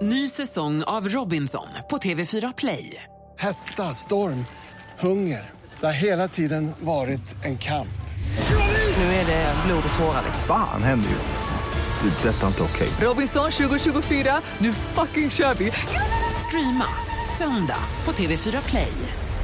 Ny säsong av Robinson på TV4 Play. Hetta, storm, hunger. Det har hela tiden varit en kamp. Nu är det blod och tårar. Fan händer just nu. Det. Detta är inte okej. Robinson 2024, nu fucking kör vi. Streama söndag på TV4 Play.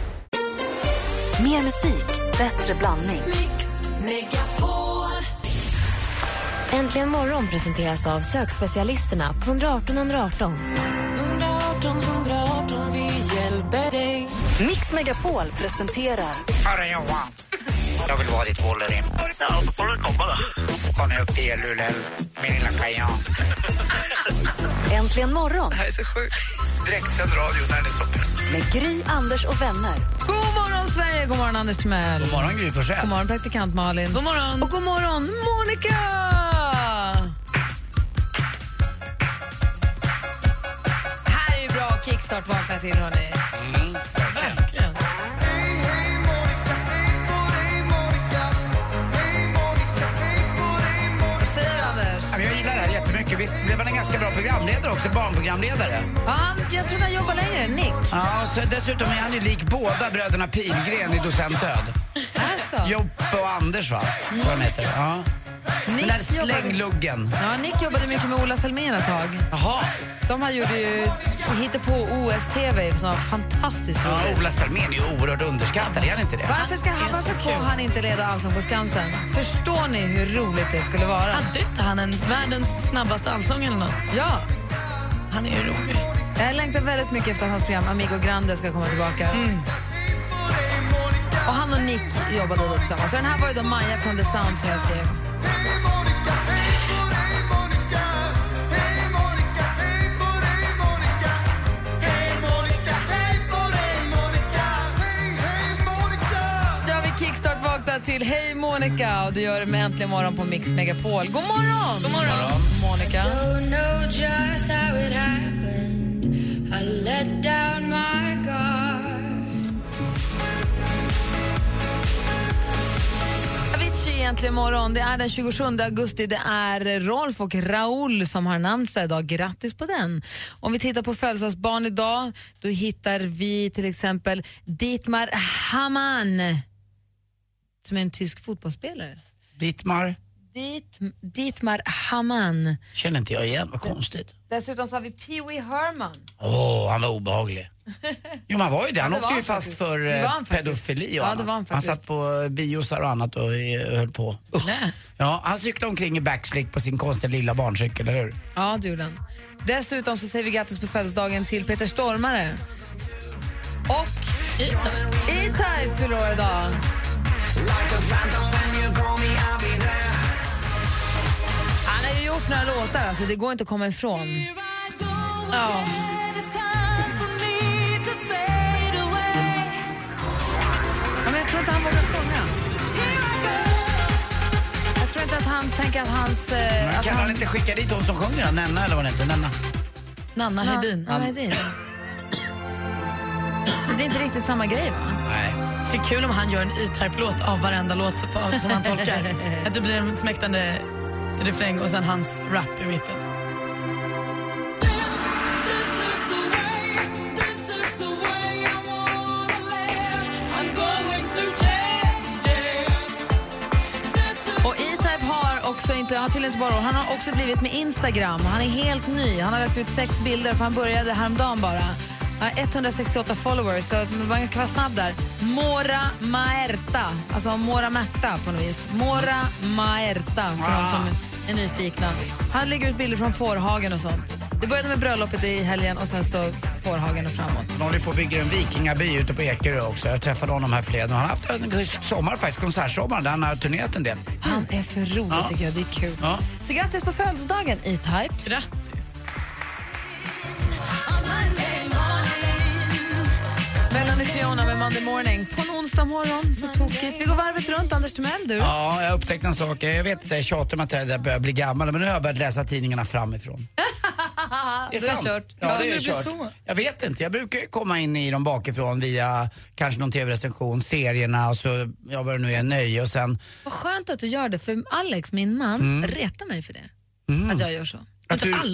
Mer musik, bättre blandning. Mix Megapol. Äntligen morgon presenteras av sökspecialisterna på 118 118. 118 118, vi hjälper dig. Mix Megapol presenterar... Herre Johan, jag vill vara ditt Wolverine. Ja, då får du komma då. Kom upp till Luleå, min lilla kajan. Äntligen morgon. Det här är så sjukt. Direktsänd radio när det är som bäst. Med Gry, Anders och vänner. God morgon Sverige, god morgon Anders Timell. God morgon Gry Forssell. God morgon praktikant Malin. God morgon. Och god morgon Monica. Här är ju bra kickstart vakna till hörni. Verkligen. Vad säger du Anders? Jag gillar det här jättemycket. Visst blev han en ganska bra programledare också, barnprogramledare. Ja, jag tror han jobbar längre än Nick. Ja, så dessutom är han ju lik båda bröderna Pilgren i Docent Död. Alltså. Joppe och Anders, va? Tror jag de heter. Ja. Den där slängluggen. Ja, Nick jobbade mycket med Ola Selmén ett tag. Jaha. De gjorde ju hittade på OS-TV som var fantastiskt roligt. Ja, Ola Selmén är ju oerhört underskattad, är han inte det? Varför får han inte leda Allsång på Skansen? Förstår ni hur roligt det skulle vara? Hade inte han en världens snabbaste allsång eller något? Ja. Han är ju rolig. Jag längtar väldigt mycket efter att hans program Amigo Grande ska komma tillbaka. Och han och Nick jobbade då tillsammans. Så den här var ju då Maja från The Sound som jag skrev. Kickstart vaknar till Hej Monica och du gör det med Äntligen morgon på Mix Megapol. God morgon! God morgon. Monica. Avicii Äntligen morgon. Det är den 27 augusti. Det är Rolf och Raoul som har namnsdag idag. Grattis på den. Om vi tittar på födelsedagsbarn idag, då hittar vi till exempel Dietmar Hamann, som är en tysk fotbollsspelare. Dietmar Hamann. Känner inte jag igen, vad konstigt. Dessutom så har vi Pee Wee Herman. Han var obehaglig. Jo, man var ju det. Han åkte ju fast för pedofili och ja, annat. det var han satt på biosar och annat och höll på. Ja, han cyklade omkring i backslick på sin konstiga lilla barncykel, eller hur? Ja, det gjorde han. Dessutom så säger vi grattis på födelsedagen till Peter Stormare. Och E-Type fyller år idag. Han har ju gjort några låtar, alltså det går inte att komma ifrån. Ja. Men jag tror inte han vågar sjunga. Jag tror inte att han tänker att hans... kan han inte skicka dit hon som sjunger? Nenna eller vad det heter? Nanna Hedin. Ja, Hedin. Det blir inte riktigt samma grej, va? Nej. Det är kul om han gör en E-Type-låt av varenda låt som han tolkar. Att det blir en smäktande refräng och sen hans rap i mitten. Och E-Type har också han fyller inte bara år, han har också blivit med Instagram. Han är helt ny, han har lagt ut 6 bilder för han började häromdagen bara. Han har 168 followers, så man kan vara snabb där. Mora Maerta, alltså Mora Märta på något vis. Mora Maerta, för de som är nyfikna. Han lägger ut bilder från Fårhagen och sånt. Det började med bröllopet i helgen och sen så Fårhagen och framåt. Han håller på att bygga en vikingaby ute på Ekerö också. Jag träffade honom här förleden och han har haft en sommar faktiskt, konsertsommar, där han har turnerat en del. Han är för rolig tycker jag, det är kul. Ja. Så grattis på födelsedagen, E-Type. Grattis. Melanie Fiona med Monday Morning på en onsdag morgon. Så tokigt. Vi går varvet runt, Anders Timell, du. Ja, jag upptäckte en sak. Jag vet att jag tjatar om att jag börjar bli gammal, men nu har jag börjat läsa tidningarna framifrån. Det är sant. Kört. Ja, det är kört. Så? Jag vet inte. Jag brukar komma in i dem bakifrån via kanske någon tv-recension, serierna och så, ja vad det nu är, nöje och sen... Vad skönt att du gör det, för Alex, min man, retar mig för det. Att jag gör så. Inte alla det?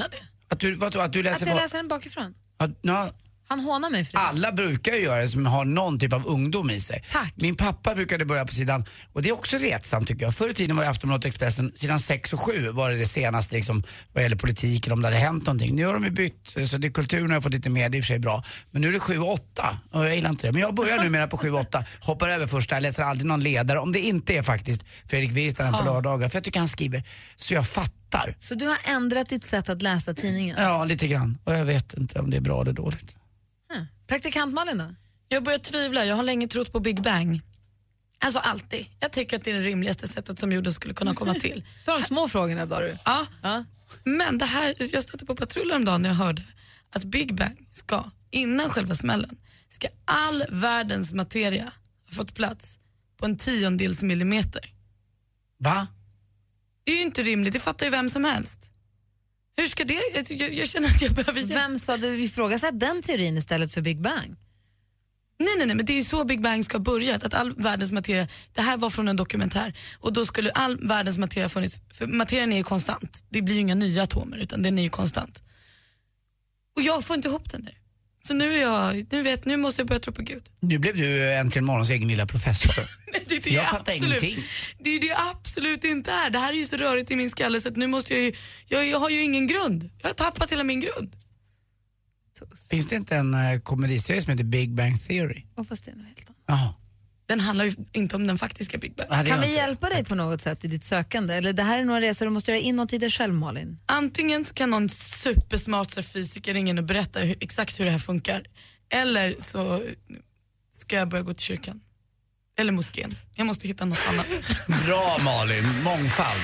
Att du läser Att jag läser den bakifrån. Han hånar mig för det. Alla brukar ju göra det som har någon typ av ungdom i sig. Tack. Min pappa brukade börja på sidan, och det är också retsamt tycker jag. Förr i tiden var i Aftonbladet Expressen, sidan 6 och 7 var det senaste liksom, vad gäller politik eller om det hade hänt någonting. Nu har de ju bytt, så det, kulturen har fått lite mer, det är i och för sig bra. Men nu är det 7 och 8 och jag gillar inte det. Men jag börjar numera på 7 och 8, hoppar över första, jag läser aldrig någon ledare. Om det inte är faktiskt Fredrik Virtanen på lördagar, för jag tycker han skriver så jag fattar. Så du har ändrat ditt sätt att läsa tidningen? Ja, lite grann. Och jag vet inte om det är bra eller dåligt. Praktikant Malin då? Jag börjar tvivla, jag har länge trott på Big Bang. Alltså alltid. Jag tycker att det är det rimligaste sättet som jorden skulle kunna komma till. Ta de små frågorna då du. Ja. Men det här, jag stötte på patrullen en dag när jag hörde att Big Bang ska, innan själva smällen, ska all världens materia ha fått plats på en 10/10 millimeter. Va? Det är ju inte rimligt, det fattar ju vem som helst. Hur ska det, jag känner att jag behöver hjälp. Vem sa det, vi ifrågasatte den teorin istället för Big Bang? Nej, men det är ju så Big Bang ska ha börjat, att all världens materia, det här var från en dokumentär, och då skulle all världens materia funnits, för materien är ju konstant, det blir ju inga nya atomer utan den är ju konstant. Och jag får inte ihop den nu. Så nu måste jag börja tro på Gud. Nu blev du Äntligen morgons egen lilla professor. Jag fattar ingenting. Det är det absolut inte är. Det här är ju så rörigt i min skalle så att nu måste jag har ju ingen grund. Jag har tappat hela min grund. Finns det inte en komediserie som heter Big Bang Theory? Fast det är nog helt annat. Jaha. Den handlar ju inte om den faktiska Big Bang. Kan vi hjälpa dig på något sätt i ditt sökande? Eller det här är några resor du måste göra inåt i dig själv, Malin? Antingen så kan någon supersmart fysiker ringa in och berätta exakt hur det här funkar. Eller så ska jag börja gå till kyrkan. Eller moskén. Jag måste hitta något annat. Bra Malin, mångfald.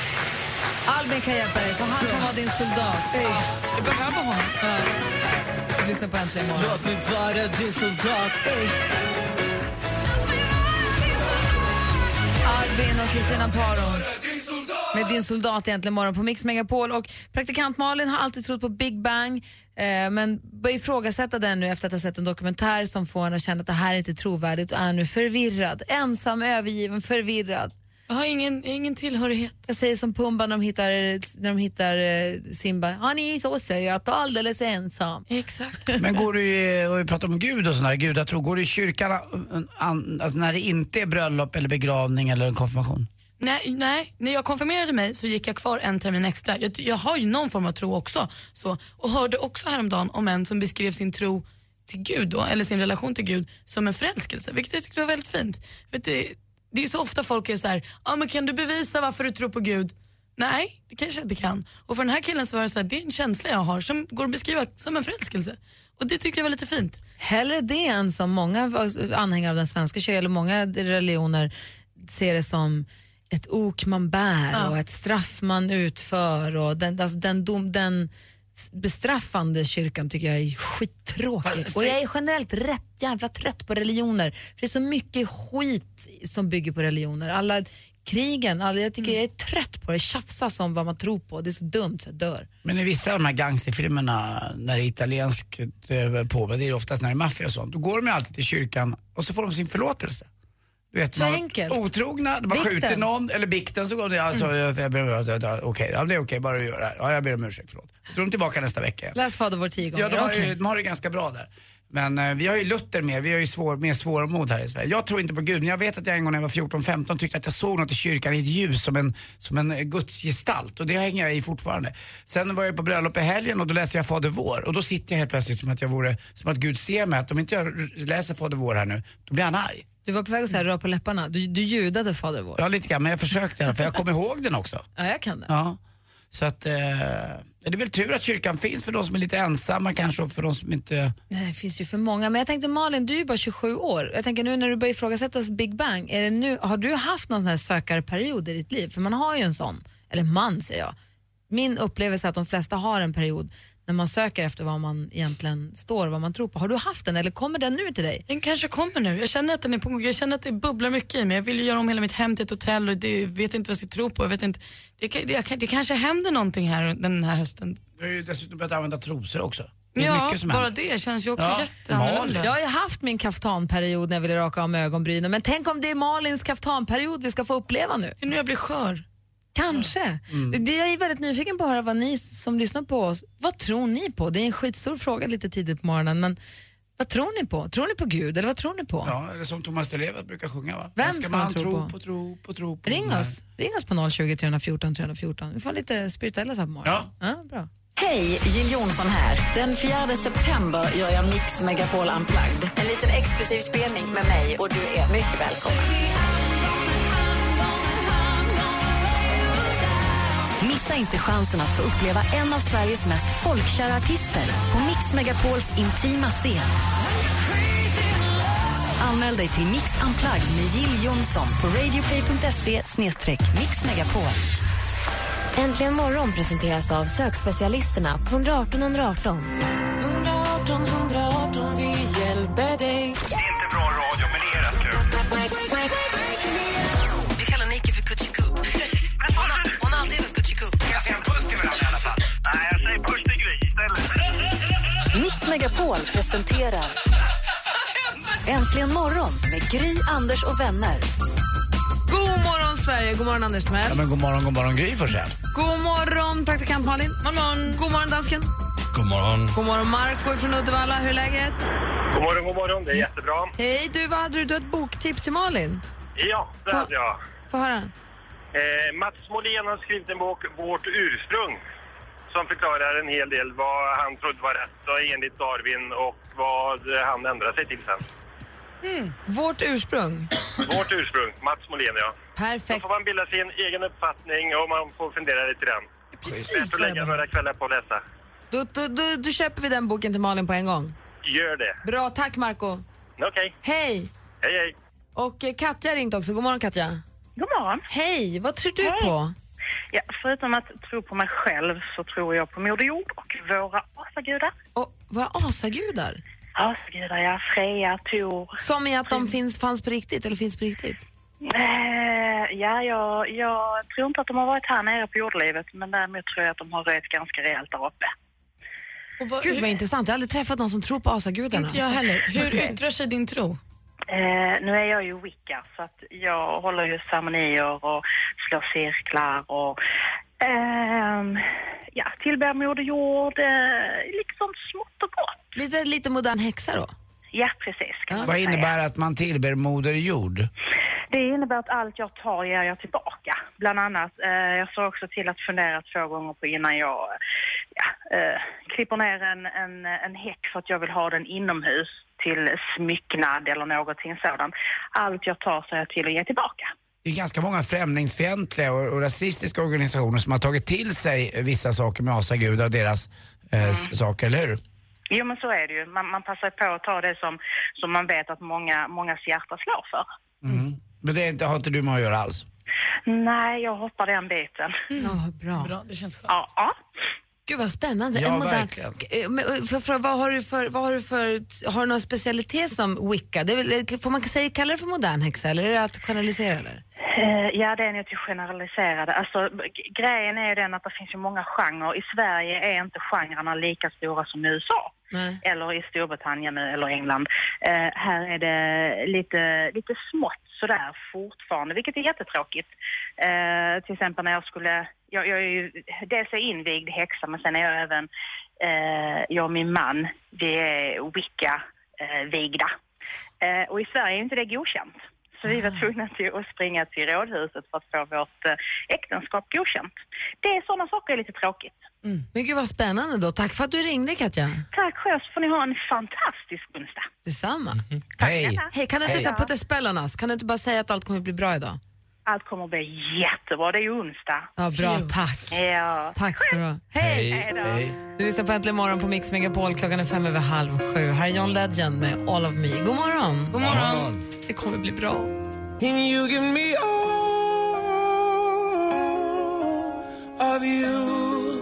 Albin kan hjälpa dig, för han kan vara din soldat. Jag behöver honom. Lyssna på Äntligen morgon. Låt mig vara din soldat. Albin och Kristina Paro med Din soldat egentligen morgon på Mix Megapol. Och praktikant Malin har alltid trott på Big Bang, men börjar ifrågasätta den nu efter att ha sett en dokumentär som får henne att känna att det här är inte trovärdigt och är nu förvirrad. Ensam, övergiven, förvirrad. Jag har ingen tillhörighet. Jag säger som Pumba när de hittar Simba. Han är ju så söt och alldeles ensam. Exakt. Men går du, och vi pratar om Gud och sådär, gudatro, går du i kyrkan alltså när det inte är bröllop eller begravning eller en konfirmation? Nej, när jag konfirmerade mig så gick jag kvar en termin extra. Jag har ju någon form av tro också. Så, och hörde också häromdagen om en som beskrev sin tro till Gud då, eller sin relation till Gud som en förälskelse, vilket jag tyckte var väldigt fint. För det är så ofta folk är så här: men kan du bevisa varför du tror på Gud? Nej, det kanske jag inte kan. Och för den här killen så var det så här, det är en känsla jag har som går att beskriva som en förälskelse. Och det tycker jag var lite fint. Hellre det än som många anhängare av den svenska kyrkan eller många religioner ser det som ett ok man bär och ett straff man utför. Och den bestraffande kyrkan tycker jag är skittråkigt. Och jag är generellt rätt jävla trött på religioner. För det är så mycket skit som bygger på religioner. Alla krigen, jag tycker jag är trött på det. Tjafsas om vad man tror på. Det är så dumt så jag dör. Men i vissa av de här gangsterfilmerna när det är italienskt på, det är oftast när det är maffia och sånt, då går de alltid till kyrkan och så får de sin förlåtelse. Du vet, så enkelt. Otrogna, de har skjutit någon, eller bikten, så går det alltså, det är okej, bara att göra det här. Ja, jag ber om ursäkt, förlåt. Så är de tillbaka nästa vecka. Läs Fader vår 10 gånger. Ja, de har det ganska bra där. Men vi har ju Luther med, vi har ju mer svårmod här i Sverige. Jag tror inte på Gud, men jag vet att jag en gång när jag var 14-15 tyckte att jag såg något i kyrkan i ett ljus som en gudsgestalt, och det hänger jag i fortfarande. Sen var jag på bröllop i helgen och då läste jag Fader vår, och då sitter jag helt plötsligt som att Gud ser mig, att om inte jag läser Fader vår här nu, då blir han arg. Du var på väg att säga rör på läpparna. Du ljudade Fader vår. Ja, lite grann, men jag försökte, för jag kommer ihåg den också. Ja, jag kan det. Ja. Så att det är väl tur att kyrkan finns för de som är lite ensamma kanske, och för de som inte... Nej, det finns ju för många. Men jag tänkte, Malin, du är ju bara 27 år. Jag tänker nu när du börjar ifrågasättas Big Bang, har du haft någon sån här sökarperiod i ditt liv? För man har ju en sån, eller man säger jag. Min upplevelse är att de flesta har en period när man söker efter vad man egentligen står, vad man tror på. Har du haft den eller kommer den nu till dig? Den kanske kommer nu. Jag känner att den är på gång. Jag känner att det bubblar mycket i mig. Jag vill ju göra om hela mitt hem till ett hotell och vet inte vad jag ska tro på. Jag vet inte. Det kanske händer någonting här den här hösten. Du har ju dessutom börjat använda trosor också. Ja, mycket som bara händer. det känns ju också jätteannorlunda. Jag har ju haft min kaftanperiod när jag ville raka av ögonbrynen. Men tänk om det är Malins kaftanperiod vi ska få uppleva nu. Det är nu jag blir skör. Kanske. Jag är väldigt nyfiken på att höra vad ni som lyssnar på oss, vad tror ni på? Det är en skitstor fråga lite tidigt på morgonen, men vad tror ni på? Tror ni på Gud eller vad tror ni på? Ja, eller som Thomas Di Levet brukar sjunga, va? Vem ska man tro på? Ring oss på 020 314 314. Vi får lite spirituella så här på morgonen. Ja, bra. Hej, Jill Johnson här. Den 4 september gör jag Mix Megapol Unplugged. En liten exklusiv spelning med mig och du är mycket välkommen. Missa inte chansen att få uppleva en av Sveriges mest folkkära artister på Mix Megapols intima scen. Anmäl dig till Mix Unplugged med Jill Johnson på radioplay.se/mixmegapol. Äntligen morgon presenteras av sökspecialisterna på 118 118. 118 118, vi hjälper dig. Det är inte bra radio, men det är rätt kul. Vi kallar Nicky för Kutchiku. Hon har alltid varit Kutchiku. Jag kan säga en puss till varandra i alla fall. Nej, jag säger puss till Gry istället. Mix Megapol presenterar Äntligen morgon med Gry, Anders och vänner. God morgon Sverige, god morgon Anders Timell. Ja, men god morgon Gry Forssell. God morgon praktikant Malin. God morgon dansken. God morgon. God morgon Marco från Uddevalla, hur är läget? God morgon, det är jättebra. Hej, vad hade du ett boktips till Malin? Ja, det hade jag. Få höra. Mats Molén har skrivit en bok, Vårt ursprung, som förklarar en hel del vad han trodde var rätt och enligt Darwin och vad han ändrade sig till sen. Vårt ursprung. Vårt ursprung, Mats Molén, ja. Perfekt. Då får man bilda sin egen uppfattning och man får fundera lite i den. Precis. Jag lägga några kvällar på att läsa. Då köper vi den boken till Malin på en gång. Gör det. Bra, tack Marco. Okej. Hej. Hej. Och Katja ringt också. God morgon Katja. God morgon. Hej, vad tror du på? Ja, förutom att tro på mig själv så tror jag på Moder Jord och våra asagudar. Och våra asagudar? Asagudar, ja. Freja, Tor. Som i att de fanns på riktigt eller finns på riktigt? Jag tror inte att de har varit här nere på jordlivet, men däremot tror jag att de har röjt ganska rejält där uppe. Gud vad intressant, jag har aldrig träffat någon som tror på asagudarna. Inte jag heller. Hur yttrar sig din tro? Nu är jag ju wicca, så att jag håller ju ceremonier och slår cirklar och tillber Moder Jord, liksom smått och gott. Lite modern häxa då? Ja, precis. Vad innebär att man tillber Moder Jord? Det innebär att allt jag tar ger jag tillbaka. Bland annat, jag såg också till att fundera 2 gånger på innan jag klipper ner en häck för att jag vill ha den inomhus till smycknad eller någonting sådant. Allt jag tar så jag till att ge tillbaka. Det är ganska många främlingsfientliga och rasistiska organisationer som har tagit till sig vissa saker med asagudar och deras saker, eller hur? Jo, men så är det ju. Man passar på att ta det som man vet att mångas hjärta slår för. Men det har inte du med att göra alls? Nej, jag hoppar den biten. Ja, bra. Det känns skönt. Ja. Gud vad spännande. Ja, verkligen. Har du någon specialitet som Wicca? Det är väl, får man kalla det för modern häxa eller är det att generalisera eller? Ja, det är nog till generaliserade. Alltså, grejen är ju den att det finns ju många genrer. I Sverige är inte genrerna lika stora som i USA. Nej. Eller i Storbritannien eller England. Här är det lite smått sådär fortfarande, vilket är jättetråkigt. Till exempel när jag är ju dels är invigd häxa, men sen är jag även jag och min man, vi är Wicca-vigda. Och i Sverige är inte det godkänt. Så vi var tvungna till att springa till rådhuset för att få vårt äktenskap godkänt. Det är sådana saker är lite tråkigt. Men gud vad spännande då. Tack för att du ringde Katja. Tack själv, så får ni ha en fantastisk onsdag. Detsamma. Hej. Hej, kan du inte säga put a spell on us? Kan du inte bara säga att allt kommer bli bra idag? Allt kommer att bli jättebra, det är ju onsdag. Ja, bra, tack. Ja. Tack ska du ha. Hej! Du lyssnar på Äntligen morgon på Mix Megapol. Klockan är 6:05. Här är John Legend med All of Me. God morgon. God morgon. Det kommer bli bra. You give me all of you.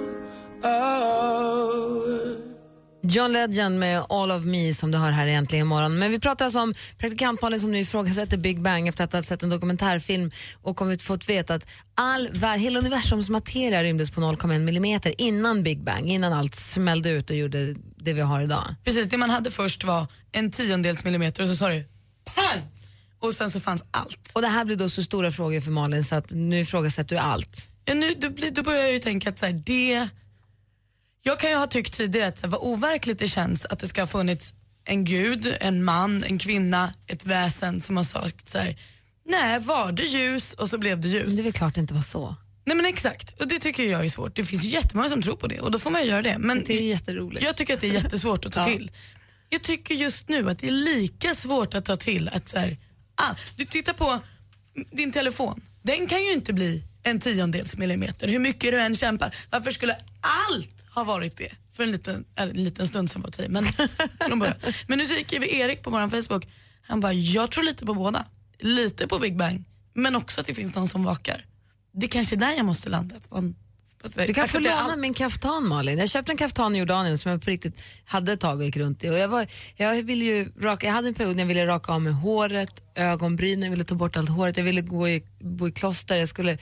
John Legend med All of Me som du hör här egentligen imorgon. Men vi pratar alltså om praktikantmalen som nu ifrågasätter Big Bang efter att ha sett en dokumentärfilm och fått veta att hela universums materia rymdes på 0,1 millimeter innan Big Bang, innan allt smällde ut och gjorde det vi har idag. Precis, det man hade först var 1/10 millimeter och så sa du pang! Och sen så fanns allt. Och det här blir då så stora frågor för Malin så att nu ifrågasätter du allt. Ja, då börjar jag ju tänka att så här, det... Jag kan ju ha tyckt tidigare att så här, vad overkligt det känns att det ska ha funnits en gud, en man, en kvinna, ett väsen som har sagt så här: nej, var det ljus och så blev det ljus. Men det är väl klart det inte var så. Nej men exakt, och det tycker jag är svårt. Det finns ju jättemånga som tror på det och då får man ju göra det. Men det är jätteroligt. Jag tycker att det är jättesvårt att ta till. Jag tycker just nu att det är lika svårt att ta till att så här, du tittar på din telefon. Den kan ju inte bli en 10/10 millimeter. Hur mycket du än kämpar. Varför skulle allt ha varit det? För en liten stund sedan var det 10. Men nu skriver vi Erik på vår Facebook. Han bara, jag tror lite på båda. Lite på Big Bang. Men också att det finns någon som vakar. Det är kanske där jag måste landa. Du kan få låna min kaftan, Malin. Jag köpte en kaftan i Jordanien som jag på riktigt hade ett tag och gick runt i. Och jag hade en period när jag ville raka av med håret, ögonbrynen, jag ville ta bort allt håret. Jag ville bo i kloster. Jag skulle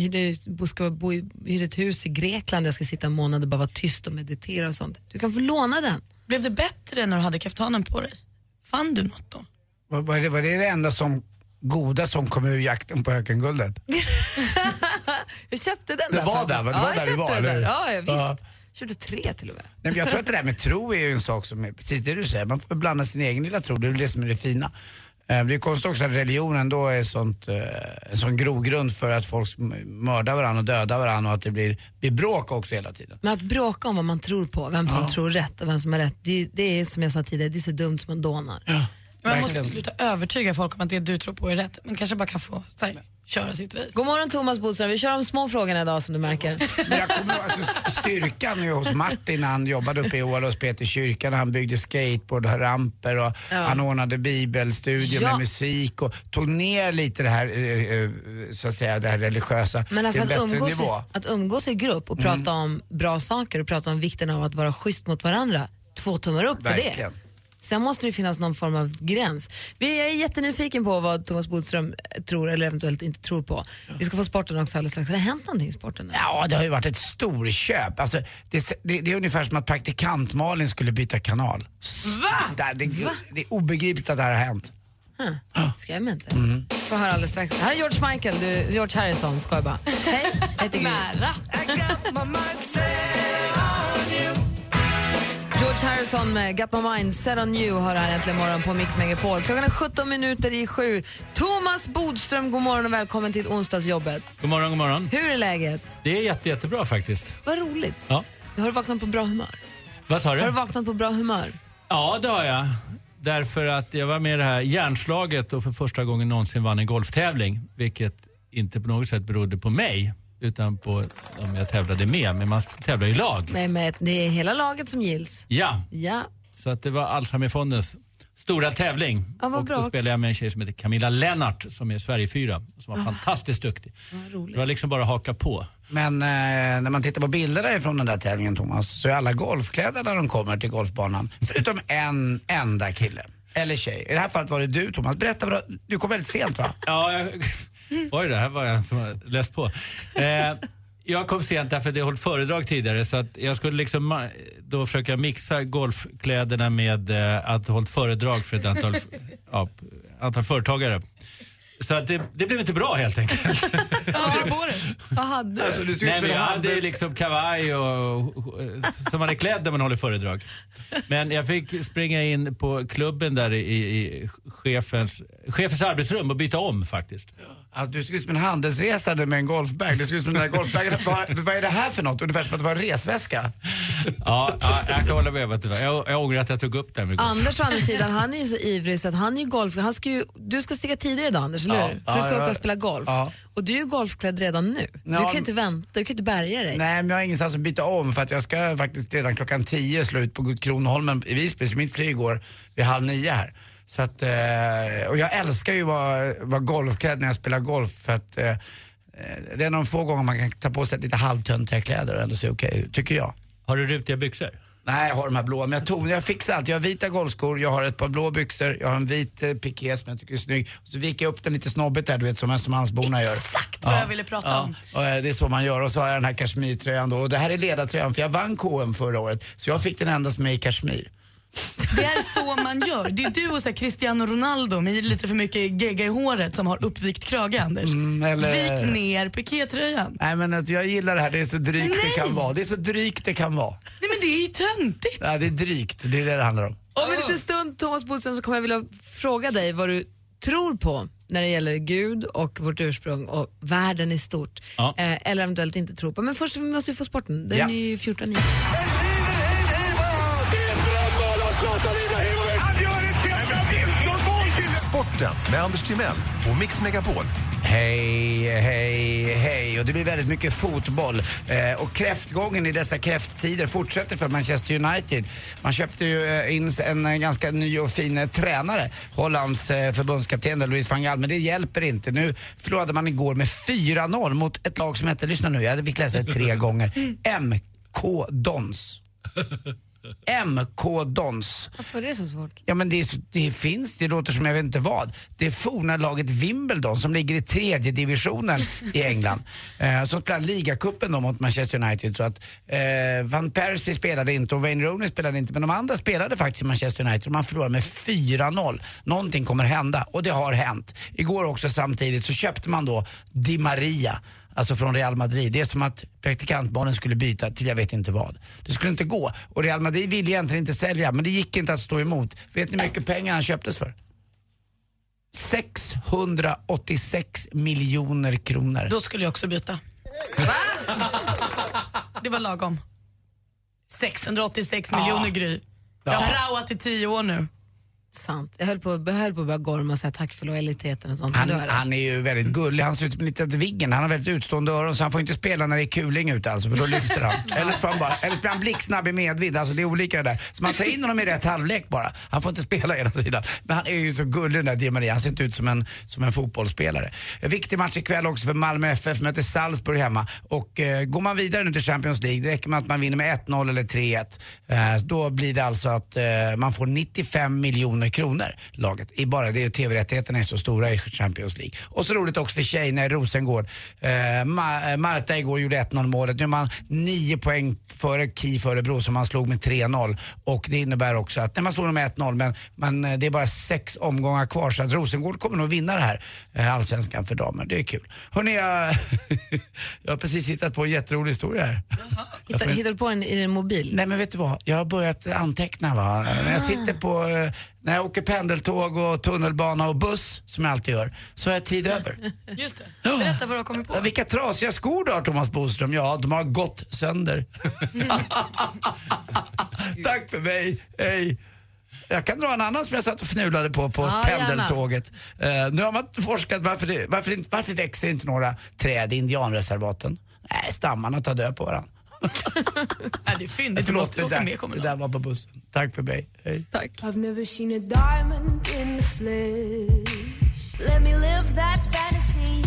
bo i ett hus i Grekland. Jag skulle sitta en månad och bara vara tyst och meditera och sånt. Du kan få låna den. Blev det bättre när du hade kaftanen på dig? Fann du något då? Var det enda som goda som kom ur jakten på ökenguldet? Jag köpte den det där. Var där, det var där vi var, eller? Ja, visst. Jag köpte 3 till och med. Nej, men jag tror att det där med tro är ju en sak som är precis det du säger. Man får blanda sin egen lilla tro, det är det som är det fina. Det är konstigt också att religionen då är en sån grogrund för att folk mördar varandra och dödar varandra och att det blir bråk också hela tiden. Men att bråka om vad man tror på, vem som tror rätt och vem som är rätt, det är som jag sa tidigare, det är så dumt som man dånar. Ja. Man måste sluta övertyga folk om att det du tror på är rätt. Man kanske bara kan få köra sitt race. God morgon Thomas Bodström, vi kör de små frågorna idag som du märker. Men jag kommer ihåg, styrkan ju hos Martin när han jobbade uppe i Åla hos Peter kyrkan. Han byggde skateboardramper och han ordnade bibelstudier med musik och tog ner lite det här, så att säga, det här religiösa. Men alltså till en bättre nivå. Att umgås i grupp och prata om bra saker och prata om vikten av att vara schysst mot varandra. 2 tummar upp för det. Sen måste det finnas någon form av gräns. Vi är jättenyfiken på vad Thomas Bodström tror eller eventuellt inte tror på. Vi ska få sporten också alldeles strax. Har det hänt någonting i sporten? Ja, det har ju varit ett storköp. Alltså, det är ungefär som att praktikant Malin skulle byta kanal. Va? Det är obegripligt att det här har hänt. Skrämmer inte. Får höra alldeles strax. Här är George Michael, George Harrison, ska jag bara. Hej, jag heter Gry. George Harrison med Got My Mind Set On You har här äntligen morgon på Mix Megapol. Klockan är 17:17. Thomas Bodström, god morgon och välkommen till onsdagsjobbet. God morgon, god morgon. Hur är läget? Det är jättebra faktiskt. Vad roligt. Ja. Har du vaknat på bra humör? Vad sa du? Har du vaknat på bra humör? Ja, det har jag. Därför att jag var med i det här järnslaget och för första gången någonsin vann en golftävling. Vilket inte på något sätt berodde på mig, utan på om jag tävlade med. Men man tävlar i lag. Men det är hela laget som gills. Ja. Ja. Så att det var Alzheimerfondens stora tävling. Ja, och då spelade jag med en tjej som heter Camilla Lennart som är Sverige-4. Som var fantastiskt duktig. Det var liksom bara att haka på. Men när man tittar på bilderna från den där tävlingen, Thomas, så är alla golfkläder när de kommer till golfbanan. Förutom en enda kille. Eller tjej. I det här fallet var det du, Thomas. Berätta, du kom väldigt sent, va? Ja, oj, det här var jag som har läst på. Jag kom sent därför att jag hållit föredrag tidigare, så att jag skulle liksom då försöka mixa golfkläderna med att hållit föredrag för ett antal företagare. Så att det blev inte bra helt enkelt. Vad hade du? Alltså, Nej, men jag hade liksom kavaj och som man är klädd när man håller föredrag. Men jag fick springa in på klubben där i chefens arbetsrum och byta om faktiskt. Alltså, du såg ut som en handelsresande med en golfbag. Du såg ut som den där golfbagen. Vad är det här för något? Ungefär som att det var en resväska. Ja, jag kan hålla med. Jag ångrar att jag tog upp det här med golf. Anders å andra sidan, han är ju så ivrig så att han är ju golf. Du ska stiga tidigare idag, Anders, eller hur? För du ska åka och spela golf. Ja. Och du är ju golfklädd redan nu. Du kan ju inte vänta, du kan inte bärga dig. Nej, men jag har ingenstans att byta om för att jag ska faktiskt redan klockan 10 slut på Kronoholmen i Visby. Så mitt flyg går vid 8:30 här. Så att, och jag älskar ju att vara golfklädd när jag spelar golf för att det är en av de få gånger man kan ta på sig lite halvtöntiga kläder och ändå se okej, tycker jag. Har du rutiga byxor? Nej, jag har de här blåa, men jag fixar allt. Jag har vita golfskor, jag har ett par blå byxor, jag har en vit piké som jag tycker är snygg. Och så viker jag upp den lite snobbigt där, du vet, som Östermalmsborna gör. Exakt vad jag ville prata om. Och det är så man gör. Och så har jag den här kashmirtröjan då. Och det här är ledartröjan, för jag vann KM förra året. Så jag fick den enda som är i kashmir. Det är så man gör. Det är du och så här Cristiano Ronaldo med lite för mycket gegga i håret som har uppvikt krage, Anders. Vik ner pikétröjan. Nej, men att jag gillar det här. Det är så drygt det kan vara. Det är så drygt det kan vara. Nej, men det är ju töntigt. Ja, det är drygt. Det är det handlar om. Om en liten stund, Thomas Bodström, så kommer jag vilja fråga dig vad du tror på när det gäller Gud och vårt ursprung och världen i stort. Ja. Eller eventuellt inte tror på. Men först måste vi få sporten. Den är ju 14-9. Sporten med Anders Timell och Mix Megapol. Hej, hej, hej. Och det blir väldigt mycket fotboll. Och kräftgången i dessa kräfttider fortsätter för Manchester United. Man köpte ju in en ganska ny och fin tränare, Hollands förbundskapten Louis van Gaal, men det hjälper inte. Nu förlorade man igår med 4-0 mot ett lag som heter, lyssna nu, jag fick läsa det 3 gånger, MK Dons. MK Dons. Varför är det så svårt? Ja, men det finns, det låter som jag vet inte vad. Det forna laget Wimbledon som ligger i 3:e divisionen i England. Så spelar ligacupen då mot Manchester United. Så att Van Persie spelade inte och Wayne Rooney spelade inte. Men de andra spelade faktiskt i Manchester United och man förlorade med 4-0. Någonting kommer hända och det har hänt. Igår också samtidigt så köpte man då Di Maria. Alltså från Real Madrid. Det är som att praktikantbarnen skulle byta till jag vet inte vad. Det skulle inte gå. Och Real Madrid ville egentligen inte sälja, men det gick inte att stå emot. Vet ni hur mycket pengar han köptes för? 686 miljoner kronor. Då skulle jag också byta. Va? Det var lagom. 686 miljoner, Gry. Jag har praoat i 10 år nu. Sant. Jag höll på att börja gorma och säga tack för lojaliteten och sånt. Han är ju väldigt gullig. Han ser ut som en liten Viggen. Han har väldigt utstående öron så han får inte spela när det är kuling ute alltså, för då lyfter han. Eller blir han blicksnabb i medvidd. Alltså det är olika det där. Så man tar in honom i rätt halvlek bara. Han får inte spela ena sidan. Men han är ju så gullig den där Di Maria. Han ser inte ut som en fotbollsspelare. En viktig match ikväll också för Malmö FF möter Salzburg hemma. Och går man vidare nu till Champions League, det räcker med att man vinner med 1-0 eller 3-1. Då blir det alltså att man får 95 miljoner kronor laget. I bara det, tv-rättigheterna är så stora i Champions League. Och så roligt också för tjejerna i Rosengård. Marta igår gjorde 1-0 målet. Nu är man 9 poäng före KIF Örebro som man slog med 3-0. Och det innebär också att när man slår med 1-0 men det är bara 6 omgångar kvar så att Rosengård kommer nog vinna det här allsvenskan för damer. Det är kul. Hörrni, jag har precis hittat på en jätterolig historia här. Hittar du på den i din mobil? Nej, men vet du vad? Jag har börjat anteckna när jag sitter på när jag åker pendeltåg och tunnelbana och buss som jag alltid gör, så har jag tid över. Just det. Berätta vad du har kommit på. Vilka trasiga skor du har, Thomas Bodström. Ja, de har gått sönder. Tack för mig. Hej. Jag kan dra en annan som jag satt och fnulade på pendeltåget. Nu har man forskat varför växer inte några träd i indianreservaten. Nej, stammarna tar död på varandra. Det är fyndigt, du måste åka med. Det där var på bussen. Tack för mig. Hej. Tack. I've never seen a diamond in the flesh. Let me live that fantasy.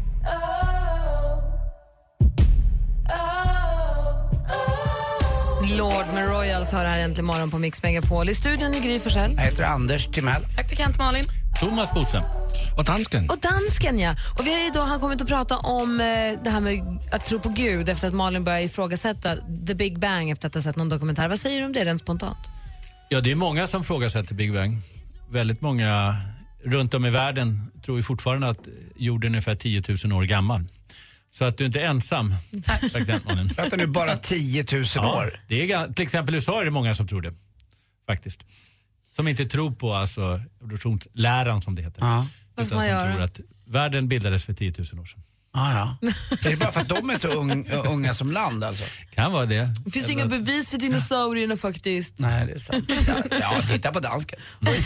Lord med Royals har här äntligen morgon på Mix Megapol. I studion i Gry Forssell. Jag heter Anders Timell. Praktikant Malin. Thomas Bodström. Och dansken. Och dansken, ja. Och vi har ju då, han kommit att prata om det här med att tro på Gud efter att Malin började ifrågasätta The Big Bang efter att ha sett någon dokumentär. Vad säger du om det rent spontant? Ja, det är många som ifrågasätter Big Bang. Väldigt många runt om i världen tror ju fortfarande att jorden är ungefär 10 000 år gammal. Så att du inte är ensam. Vänta nu, bara 10 000 år. Det är, till exempel i USA är det många som tror det. Faktiskt. Som inte tror på alltså evolutionsläran som det heter. Ja. Utan som tror att världen bildades för 10 000 år sedan. Ja. Det är bara för att de är så unga som land alltså. Kan vara det. Det finns inga bevis för dinosaurierna faktiskt. Nej, det är sant. Ja, titta på dansken.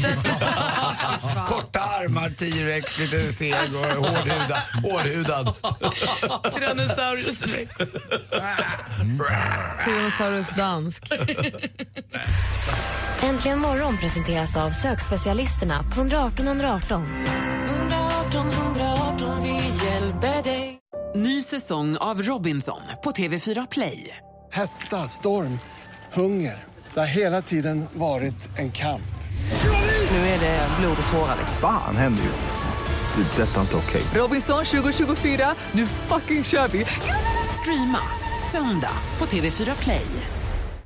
Korta armar, T-rex, lite seg och hårdhudad. Tyrannosaurus rex. Tyrannosaurus dansk. Äntligen morgon presenteras av sökspecialisterna på 118 118. 118 118, vi hjälper dig. Ny säsong av Robinson på TV4 Play. Hetta, storm, hunger. Det har hela tiden varit en kamp. Nu är det blod och tårar. Fan händer just det. Det är detta inte okej. Robinson 2024, nu fucking kör vi. Streama söndag på TV4 Play.